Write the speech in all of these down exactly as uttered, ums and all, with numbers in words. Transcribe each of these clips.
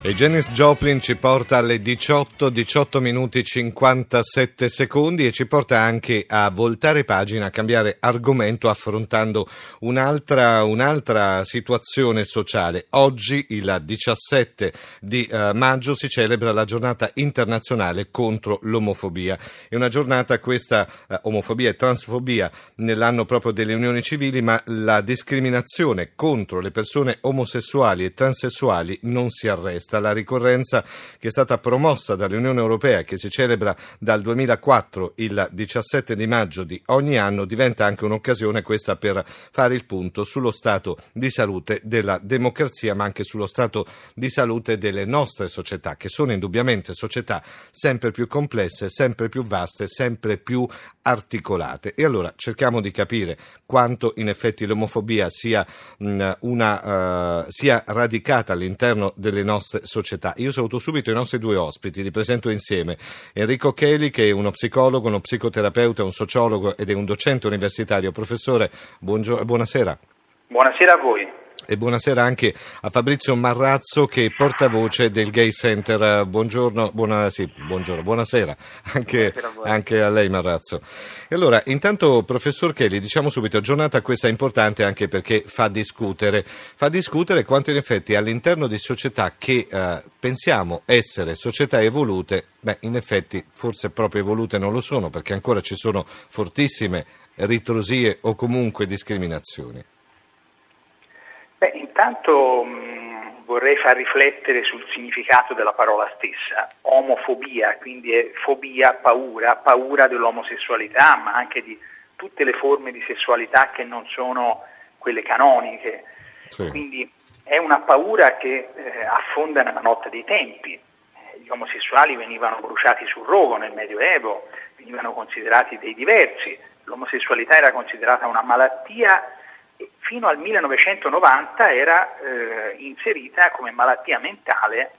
E Janis Joplin ci porta alle diciotto, diciotto minuti cinquantasette secondi e ci porta anche a voltare pagina, a cambiare argomento affrontando un'altra, un'altra situazione sociale. Oggi, il diciassette di uh, maggio, si celebra la giornata internazionale contro l'omofobia. È una giornata, questa uh, omofobia e transfobia nell'anno proprio delle unioni civili, ma la discriminazione contro le persone omosessuali e transessuali non si arresta. La ricorrenza, che è stata promossa dall'Unione Europea, che si celebra dal duemilaquattro il diciassette di maggio di ogni anno, diventa anche un'occasione questa per fare il punto sullo stato di salute della democrazia, ma anche sullo stato di salute delle nostre società, che sono indubbiamente società sempre più complesse, sempre più vaste, sempre più articolate. E allora cerchiamo di capire quanto in effetti l'omofobia sia mh, una uh, sia radicata all'interno delle nostre società. Io saluto subito i nostri due ospiti, li presento insieme. Enrico Cheli, che è uno psicologo, uno psicoterapeuta, un sociologo ed è un docente universitario. Professore, buongio- buonasera. Buonasera a voi. E buonasera anche a Fabrizio Marrazzo, che è portavoce del Gay Center. Buongiorno, buona, sì, buongiorno, buonasera anche, buonasera a anche a lei Marrazzo. E allora, intanto, professor Cheli, diciamo subito, giornata questa importante anche perché fa discutere, fa discutere quanto in effetti all'interno di società che eh, pensiamo essere società evolute, beh, in effetti forse proprio evolute non lo sono, perché ancora ci sono fortissime ritrosie o comunque discriminazioni. Beh, intanto mh, vorrei far riflettere sul significato della parola stessa, omofobia, quindi è fobia, paura, paura dell'omosessualità, ma anche di tutte le forme di sessualità che non sono quelle canoniche. Sì. Quindi è una paura che eh, affonda nella notte dei tempi. Gli omosessuali venivano bruciati sul rogo nel Medioevo, venivano considerati dei diversi, l'omosessualità era considerata una malattia. Fino al millenovecentonovanta era eh, inserita come malattia mentale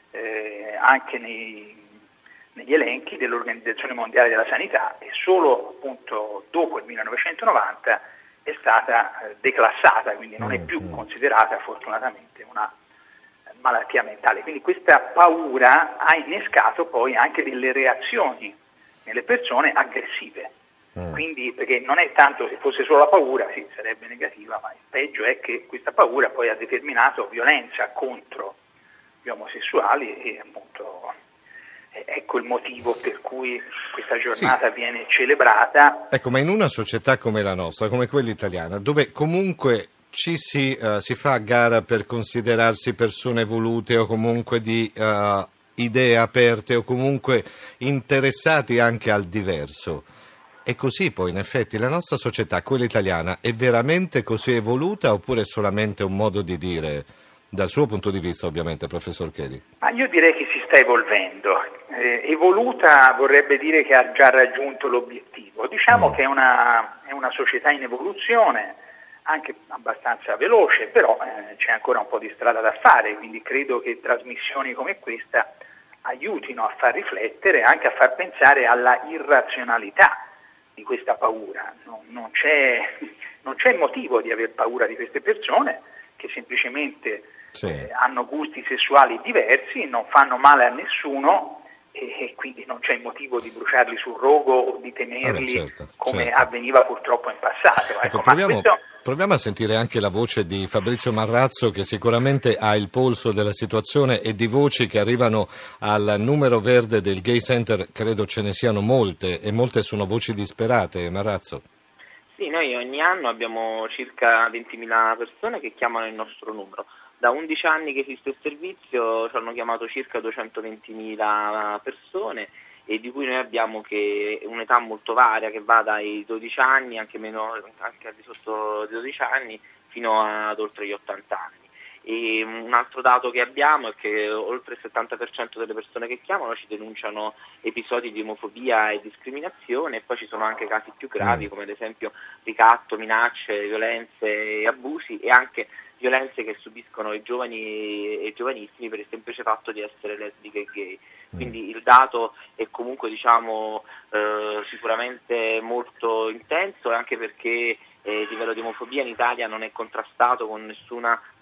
eh, anche nei, negli elenchi dell'Organizzazione Mondiale della Sanità, e solo appunto dopo il millenovecentonovanta è stata eh, declassata, quindi non è più considerata fortunatamente una malattia mentale. Quindi questa paura ha innescato poi anche delle reazioni nelle persone aggressive. Quindi, perché non è tanto, se fosse solo la paura, sì, sarebbe negativa, ma il peggio è che questa paura poi ha determinato violenza contro gli omosessuali e appunto ecco il motivo per cui questa giornata sì. viene celebrata. Ecco, ma in una società come la nostra, come quella italiana, dove comunque ci si, uh, si fa a gara per considerarsi persone evolute o comunque di uh, idee aperte o comunque interessati anche al diverso, è così poi in effetti la nostra società, quella italiana, è veramente così evoluta oppure è solamente un modo di dire, dal suo punto di vista ovviamente, professor Cheli? Ma io direi che si sta evolvendo. Eh, evoluta vorrebbe dire che ha già raggiunto l'obiettivo. Diciamo mm. che è una, è una società in evoluzione, anche abbastanza veloce, però eh, c'è ancora un po' di strada da fare, quindi credo che trasmissioni come questa aiutino a far riflettere, anche a far pensare alla irrazionalità di questa paura. Non, non, c'è, non c'è motivo di aver paura di queste persone che semplicemente sì. eh, hanno gusti sessuali diversi, non fanno male a nessuno e, e quindi non c'è motivo di bruciarli sul rogo o di temerli allora, certo, come certo. avveniva purtroppo in passato. Ecco, ecco, ma proviamo, questo... proviamo a sentire anche la voce di Fabrizio Marrazzo, che sicuramente ha il polso della situazione, e di voci che arrivano al numero verde del Gay Center, credo ce ne siano molte, e molte sono voci disperate. Marrazzo. Sì, noi ogni anno abbiamo circa ventimila persone che chiamano il nostro numero. Da undici anni che esiste il servizio ci hanno chiamato circa duecentoventimila persone, e di cui noi abbiamo che un'età molto varia, che va dai dodici anni, anche meno, anche al di sotto dei dodici anni, fino ad oltre gli ottanta anni. E un altro dato che abbiamo è che oltre il settanta per cento delle persone che chiamano ci denunciano episodi di omofobia e discriminazione, e poi ci sono anche casi più gravi, come ad esempio ricatto, minacce, violenze e abusi, e anche violenze che subiscono i giovani e i giovanissimi per il semplice fatto di essere lesbiche e gay. Quindi il dato è comunque diciamo eh, sicuramente molto intenso, anche perché eh, il livello di omofobia in Italia non è contrastato con nessuna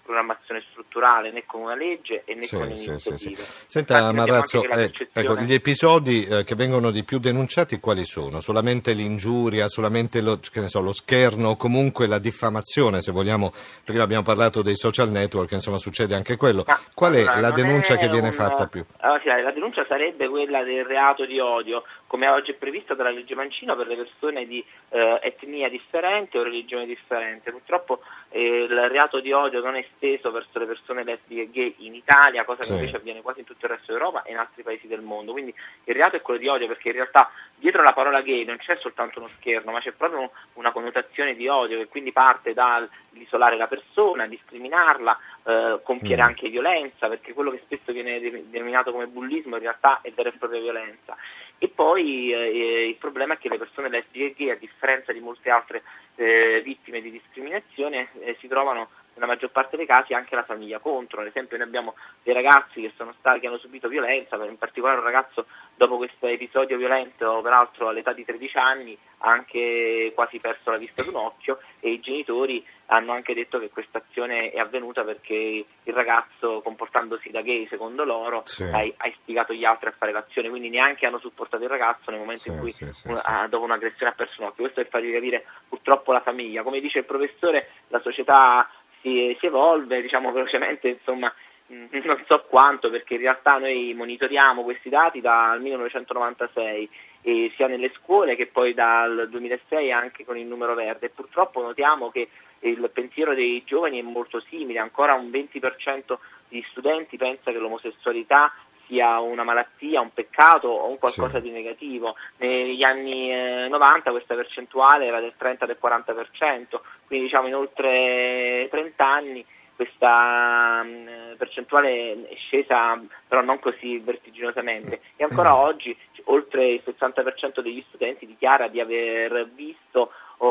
programmazione strutturale, né con una legge e né sì, con sì, iniziative. sì, sì. Senta Marrazzo, eh, percezione... ecco, gli episodi eh, che vengono di più denunciati quali sono? Solamente l'ingiuria, solamente lo, che ne so, lo scherno, o comunque la diffamazione, se vogliamo, perché abbiamo parlato dei social network, insomma succede anche quello. Ma, Qual allora, è la denuncia è che viene un... fatta più? Allora, sì, la denuncia sarebbe quella del reato di odio, come oggi è previsto dalla legge Mancino per le persone di eh, etnia differente o religione differente. Purtroppo eh, il reato di odio non è esteso verso le persone lesbiche e gay in Italia, cosa che sì. invece avviene quasi in tutto il resto d'Europa e in altri paesi del mondo. Quindi il reato è quello di odio, perché in realtà dietro la parola gay non c'è soltanto uno scherno, ma c'è proprio una connotazione di odio che quindi parte dall'isolare la persona, discriminarla, eh, compiere mm. anche violenza, perché quello che spesso viene denominato come bullismo in realtà è vera e propria violenza. E poi eh, il problema è che le persone lesbiche e gay, a differenza di molte altre eh, vittime di discriminazione, eh, si trovano nella maggior parte dei casi anche la famiglia contro. Ad esempio noi abbiamo dei ragazzi che sono stati, che hanno subito violenza, in particolare un ragazzo dopo questo episodio violento, peraltro all'età di tredici anni, ha anche quasi perso la vista d'un occhio, e i genitori hanno anche detto che questa azione è avvenuta perché il ragazzo, comportandosi da gay secondo loro, sì. ha, ha istigato gli altri a fare l'azione, quindi neanche hanno supportato il ragazzo nel momento sì, in cui sì, sì, una, sì. ha, dopo un'aggressione ha perso un occhio. Questo per farvi capire purtroppo la famiglia. Come dice il professore, la società si, si evolve, diciamo velocemente, insomma non so quanto, perché in realtà noi monitoriamo questi dati dal millenovecentonovantasei, e sia nelle scuole che poi dal duemilasei anche con il numero verde, e purtroppo notiamo che il pensiero dei giovani è molto simile. Ancora un venti per cento di studenti pensa che l'omosessualità sia una malattia, un peccato o un qualcosa sì. di negativo. Negli anni eh, novanta questa percentuale era del trenta quaranta per cento, quindi diciamo in oltre trenta anni questa mh, percentuale è scesa, però non così vertiginosamente, e ancora oggi oltre il sessanta per cento degli studenti dichiara di aver visto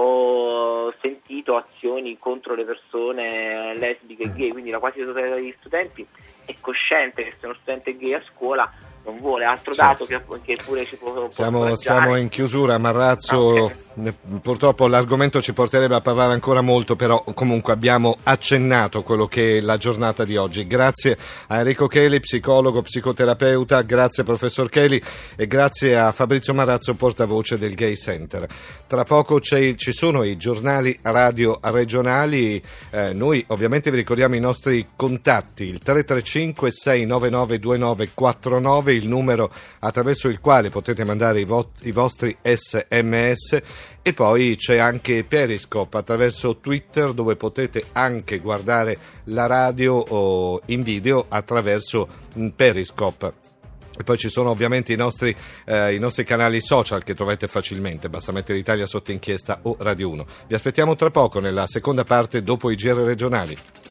o sentito azioni contro le persone lesbiche e gay, quindi la quasi totalità degli studenti è cosciente che se uno studente gay a scuola non vuole. Altro certo. dato che, che pure ci può, può siamo, siamo in chiusura, Marrazzo. Okay. Purtroppo l'argomento ci porterebbe a parlare ancora molto, però comunque abbiamo accennato quello che è la giornata di oggi. Grazie a Enrico Cheli, psicologo, psicoterapeuta, grazie professor Cheli, e grazie a Fabrizio Marrazzo, portavoce del Gay Center. Tra poco c'è, ci sono i giornali radio regionali. Eh, noi ovviamente vi ricordiamo i nostri contatti: il tre tre cinque sei nove nove due nove quattro nove, il numero attraverso il quale potete mandare i, vo- i vostri sms, e poi c'è anche Periscope attraverso Twitter, dove potete anche guardare la radio o in video attraverso Periscope. E poi ci sono ovviamente i nostri, eh, i nostri canali social che trovate facilmente, basta mettere Italia Sotto Inchiesta o Radio uno. Vi aspettiamo tra poco nella seconda parte dopo i G R regionali.